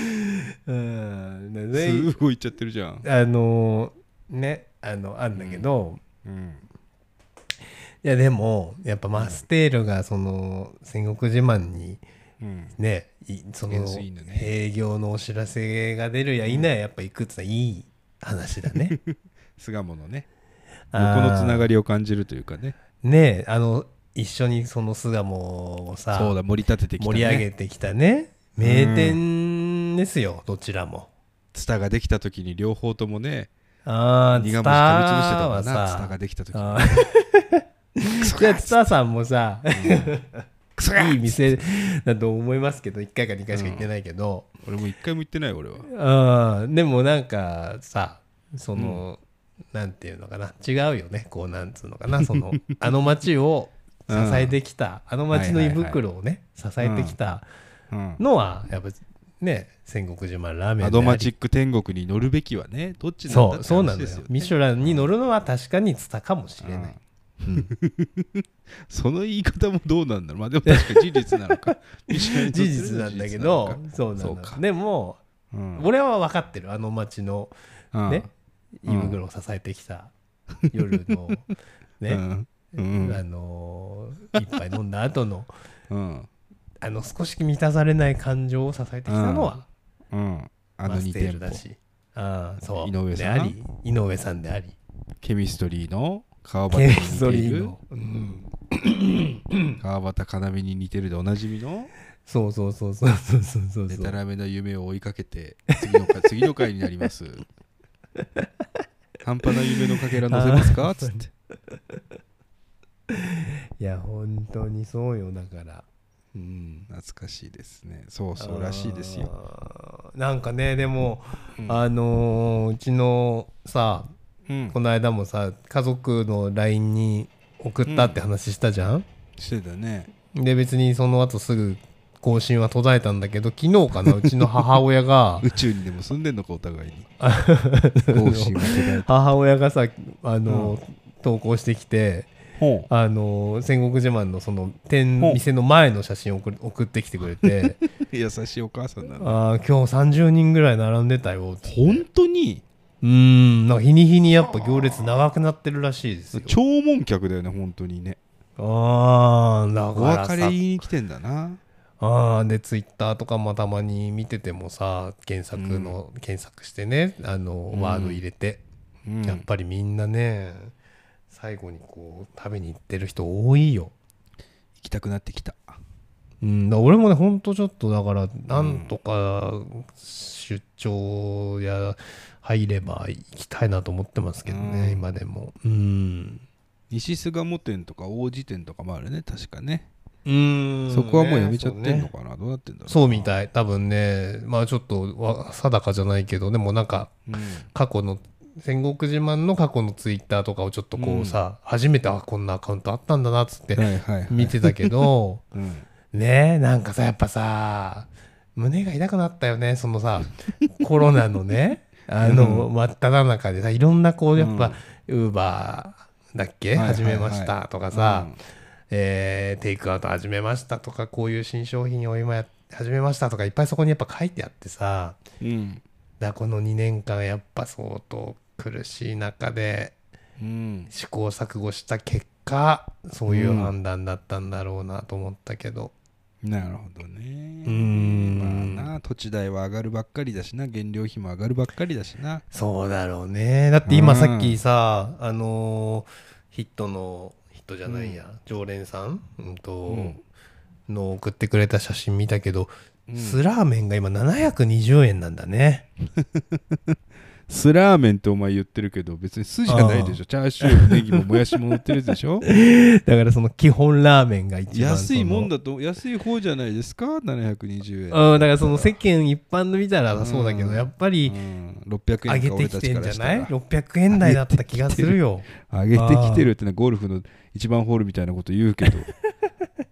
すごい行っちゃってるじゃんねあんだけど、いやでもやっぱマステールがその戦国自慢にね、その営業のお知らせが出るや否ややっぱいくついい話だね巣鴨のね横のつながりを感じるというかねね一緒にその巣鴨をさそうだ盛り立ててきたね盛り上げてきたね名店ですよ、どちらもツタができた時に両方ともね苦虫噛みつぶしてたもんなツタができた時じゃあツタさんもさ、いい店だと思いますけど1回か2回しか行ってないけど、 俺も1回も行ってない俺はでもなんかさその、なんていうのかな違うよねこうなんつうのかなその町を支えてきた、町の胃袋をね、支えてきたのはやっぱね戦国自慢ラーメンでありアドマチック天国に乗るべきはねどっちなんだってそうなんだよ、 話ですよね。 ミシュランに乗るのは確かにツタかもしれない、 その言い方もどうなんだろう。まあでも確かに事実なのか事実なんだけどそうなんだ。でも、俺は分かってる町のね胃袋を支えてきた夜のね一杯飲んだ後の少し満たされない感情を支えてきたのはマステールだし、そう井上さんでありケミストリーの川端に似ている川端要に似てるでおなじみのそうでたらめな夢を追いかけて次の回になります半端な夢のかけら乗せますかつっていや本当にそうよ。だから懐かしいですね。そうらしいですよ。 なんかねでも、うちのさ、この間もさ家族の LINE に送ったって話したじゃん、 してたね。 で別にその後すぐ更新は途絶えたんだけど、昨日かなうちの母親が宇宙にでも住んでんのかお互いに更新は途絶えた。 母親がさ投稿してきて戦国自慢のその店の前の写真を送ってきてくれて優しいお母さんなんだ。 今日30人ぐらい並んでたよって。 本当になんか日に日にやっぱ行列長くなってるらしいですよ。 弔問客だよね本当にね。 だからお別れ言いに来てんだな。 でツイッターとかもたまに見ててもさ検索してねワード入れて、やっぱりみんなね最後にこう食べに行ってる人多いよ。 行きたくなってきた。 俺もねほんとちょっとだからなんとか出張や入れば行きたいなと思ってますけどね、今でも。 西巣鴨店とか王子店とかもあるね確かね。そこはもうやめちゃってんのかな、どうなってんだろう。 そうみたい多分ね。まあちょっと定かじゃないけどでもなんか過去の戦国自慢の過去のツイッターとかをちょっとこうさ、初めてこんなアカウントあったんだなっつって見てたけど、ねなんかさやっぱさ胸が痛くなったよね。そのさコロナのね真っ只中でさいろんなこうやっぱウーバーだっけ始めましたとかさ、テイクアウト始めましたとかこういう新商品を今始めましたとかいっぱいそこにやっぱ書いてあってさ、だこの2年間やっぱ相当苦しい中で試行錯誤した結果そういう判断だったんだろうなと思ったけど、 なるほどね。まあな土地代は上がるばっかりだしな、原料費も上がるばっかりだしな。 そうだろうね。だって今さっきさヒットじゃないや、常連さん、の送ってくれた写真見たけど、酢ラーメンが今720円なんだね。 酢ラーメンってお前言ってるけど別に酢じゃないでしょ。チャーシューもネギももやしも乗ってるでしょだからその基本ラーメンが一番安いもんだと安い方じゃないですか720円。 だからその世間一般で見たらそうだけど、やっぱり 600円上げてきてんじゃない ?600 円台だった気がするよ。 上げてきてるってのはゴルフの1番ホールみたいなこと言うけど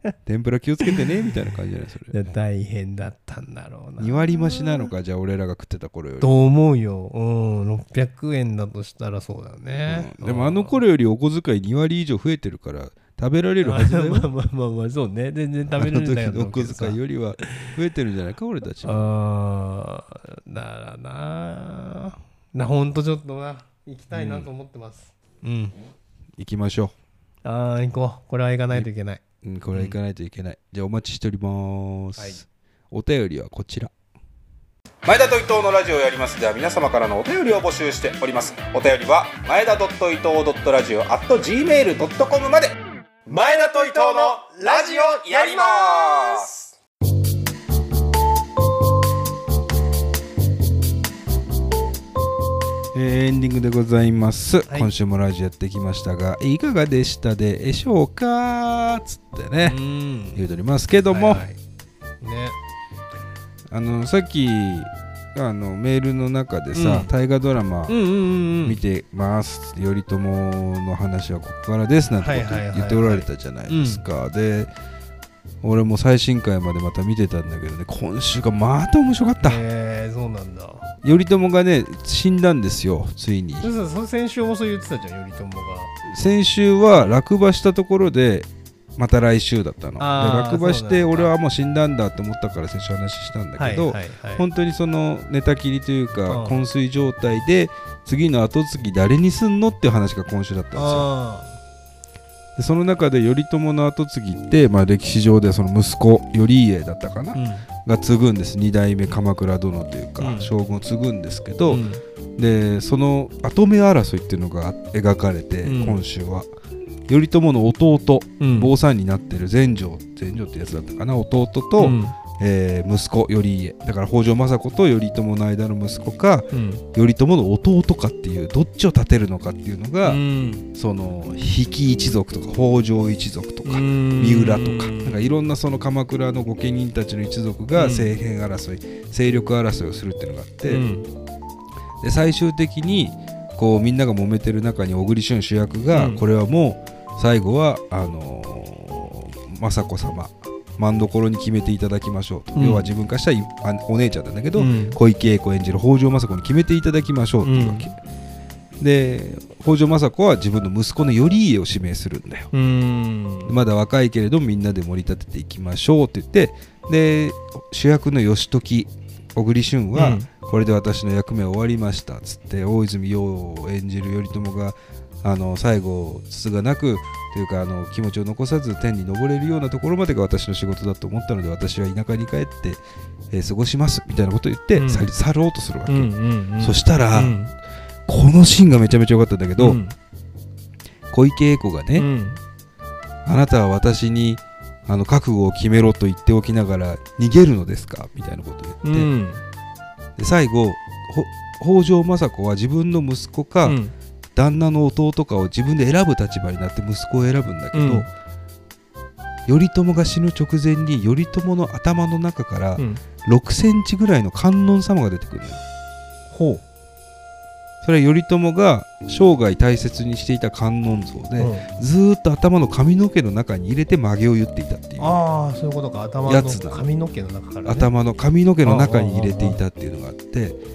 天ぷら気をつけてねみたいな感じじゃないそれ。 大変だったんだろうな。 2割増しなのか、じゃあ俺らが食ってた頃より。 と思うよ。600円だとしたらそうだね。 でもあの頃よりお小遣い2割以上増えてるから食べられるはずだよ。 まあそうね。全然食べれるんだよ。 あの時のお小遣いよりは増えてるんじゃないか俺たちは。だからな。ほんとちょっとな行きたいなと思ってます。 行きましょう。行こう。これは行かないといけない。 これは行かないといけない。じゃあお待ちしております。お便りはこちら。前田と伊藤のラジオをやりますでは皆様からのお便りを募集しております。お便りは前田伊藤.radio@gmail.com まで。前田と伊藤のラジオやります。エンディングでございます、今週もラジオやってきましたがいかがでしたでしょうかつってね言うとおりますけども、さっきメールの中でさ、大河ドラマ見てますって頼朝の話はここからですなんてこと言っておられたじゃないですか。で俺も最新回までまた見てたんだけどね、今週がまた面白かった。 そうなんだ。 頼朝がね死んだんですよついに。 先週もそう言ってたじゃん。頼朝が先週は落馬したところでまた来週だったので、落馬して俺はもう死んだんだと思ったから先週話したんだけど、本当にその寝たきりというか昏睡状態で次の後継ぎ誰にすんのっていう話が今週だったんですよ。でその中で頼朝の後継ぎって、歴史上ではその息子頼家だったかな、が継ぐんです。2代目鎌倉殿というか、将軍を継ぐんですけど、でその跡目争いっていうのが描かれて、今週は頼朝の弟、坊さんになってる全成ってやつだったかな、弟と、息子頼家だから北条政子と頼朝の間の息子か、頼朝の弟かっていうどっちを立てるのかっていうのが、その比企一族とか北条一族とか三浦とかなんかいろんなその鎌倉の御家人たちの一族が政権争い、勢力争いをするっていうのがあって、で最終的にこうみんなが揉めてる中に小栗旬主役が、これはもう最後は政子様真所に決めていただきましょうと、要は自分からしたらお姉ちゃんなんだけど、小池栄子演じる北条政子に決めていただきましょうっていうわけ、で北条政子は自分の息子の頼家を指名するんだよ。まだ若いけれどみんなで盛り立てていきましょうって言って、で主役の義時小栗旬は、これで私の役目は終わりましたっつって大泉洋を演じる頼朝が最後つつがなくというか気持ちを残さず天に昇れるようなところまでが私の仕事だと思ったので私は田舎に帰って、過ごしますみたいなことを言って、去ろうとするわけ、そしたら、このシーンがめちゃめちゃ良かったんだけど、小池栄子がね、あなたは私に覚悟を決めろと言っておきながら逃げるのですかみたいなことを言って、で最後北条政子は自分の息子か、旦那の弟かを自分で選ぶ立場になって息子を選ぶんだけど、頼朝が死ぬ直前に頼朝の頭の中から6センチぐらいの観音様が出てくるのよ。それは頼朝が生涯大切にしていた観音像で、ずーっと頭の髪の毛の中に入れて曲げを言っていたっていうそういうことか。頭の髪の毛の中から、 頭の髪の毛の中に入れていたっていうのがあって、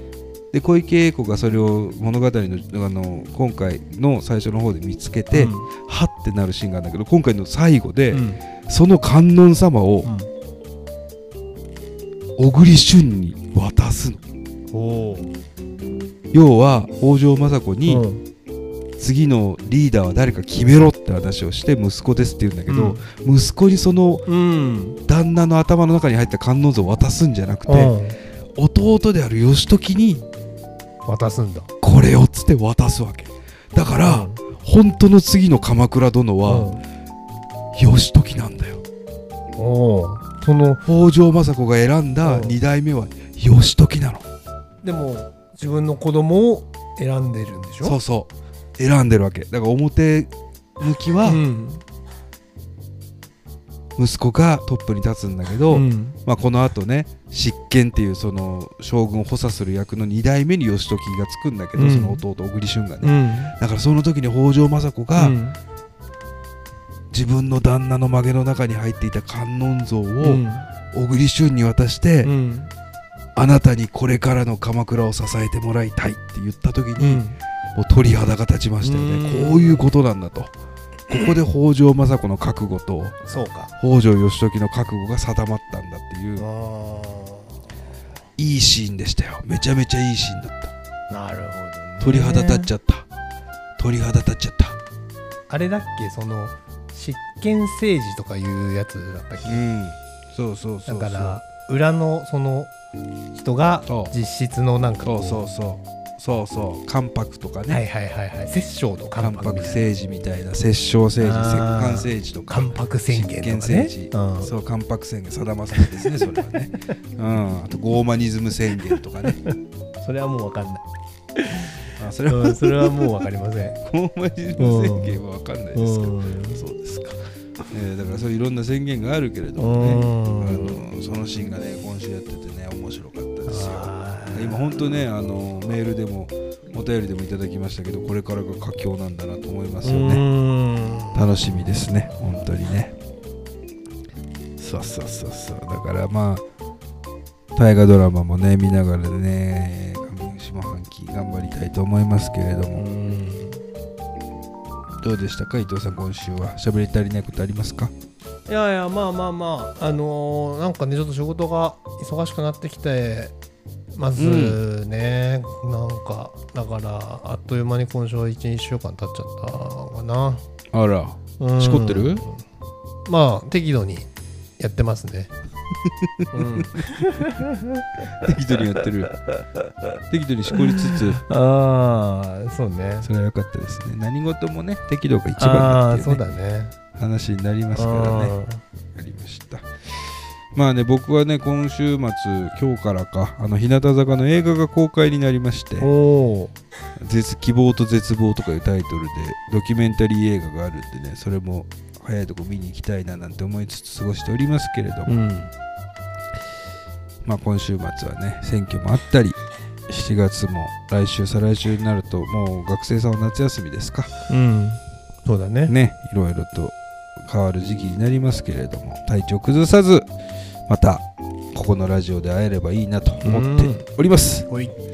で小池栄子がそれを物語の今回の最初の方で見つけて、はってなるシーンがあるんだけど、今回の最後で、その観音様を小栗旬に渡すの。要は北条政子に、次のリーダーは誰か決めろって話をして息子ですって言うんだけど、息子にその、旦那の頭の中に入った観音像を渡すんじゃなくて、弟である義時に渡すんだ。 これをつって渡すわけだから、本当の次の鎌倉殿は、義時なんだよ。その北条政子が選んだ2代目は義時なの。でも自分の子供を選んでるんでしょ。 そうそう選んでるわけだから、表向きは、息子がトップに立つんだけど、このあとね執権っていうその将軍を補佐する役の2代目に義時がつくんだけど、その弟小栗旬がね、だからその時に北条政子が、 自分の旦那の曲げの中に入っていた観音像をうん小栗旬に渡して、 うんあなたにこれからの鎌倉を支えてもらいたいって言った時に、 うんもう鳥肌が立ちましたよね。 うんこういうことなんだと。ここで北条政子の覚悟とそうか。 北条義時の覚悟が定まったんだっていういいシーンでしたよ。めちゃめちゃいいシーンだった。 なるほどね。 鳥肌立っちゃった。鳥肌立っちゃった。 あれだっけ、その執権政治とかいうやつだったっけ。 そうそうそうそう。 だから裏のその人が実質のなんかこうそうそう関白とかね、 はいはいはいはい、摂政の関白政治みたいな、摂政政治、摂関政治とか、 関白宣言とかね、 政治、そう関白宣言定まさんですね、それはね、あとゴーマニズム宣言とかねそれはもう分かんないそれはもう分かりませんゴーマニズム宣言は分かんないですけど、そうですか、だからそういういろんな宣言があるけれどもね、そのシーンがね今週やっててね面白かったですよ。今本当ねメールでもお便りでもいただきましたけど、これからが佳境なんだなと思いますよね。楽しみですね本当にね。そうだからまあ大河ドラマもね見ながらね上下半期頑張りたいと思いますけれども、どうでしたか伊藤さん、今週は喋り足りないことありますか？ いやいや、まあなんかねちょっと仕事が忙しくなってきてまずね、なんかだからあっという間に今週は 1,2 週間経っちゃったかな。 あら、しこってる？ まあ適度にやってますね適度にやってる。適度にしこりつつ、 そうね、 それは良かったですね。何事もね適度が一番だっていう、ね、 そうだね、 話になりますからね。ありました。まあね、僕はね今週末今日からか日向坂の映画が公開になりまして、希望と絶望とかいうタイトルでドキュメンタリー映画があるんでね、それも早いとこ見に行きたいななんて思いつつ過ごしておりますけれども、まあ今週末はね選挙もあったり、7月も来週再来週になるともう学生さんは夏休みですか、 そうだね、 いろいろと変わる時期になりますけれども、体調崩さずまたここのラジオで会えればいいなと思っております。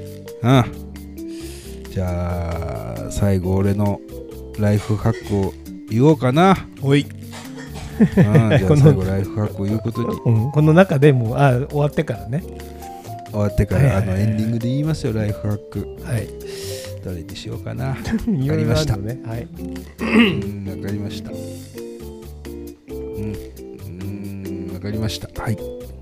じゃあ最後俺のライフハックを言おうかな。じゃあ最後ライフハックを言うことに、 この中でも終わってからね、 終わってからエンディングで言いますよ、ライフハック。どれにしようかな。わかりました。わかりました。わかりました。はい。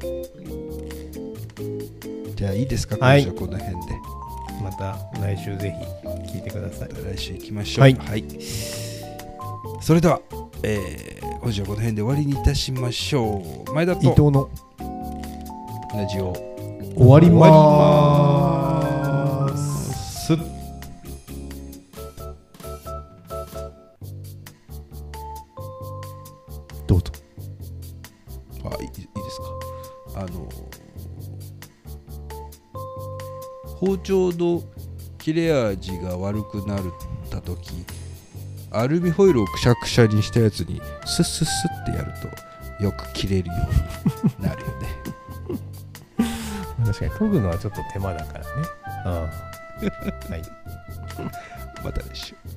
じゃあいいですか、今週はこの辺で。 また来週ぜひ聞いてください。 来週行きましょう。それでは、今週はこの辺で終わりにいたしましょう。前田と伊藤のラジオ終わりまーす。どうぞ。 いいですか。包丁の切れ味が悪くなった時、アルミホイルをくしゃくしゃにしたやつにスッスッスッってやるとよく切れるようになるよね。 確かに研ぐのはちょっと手間だからね。また来週。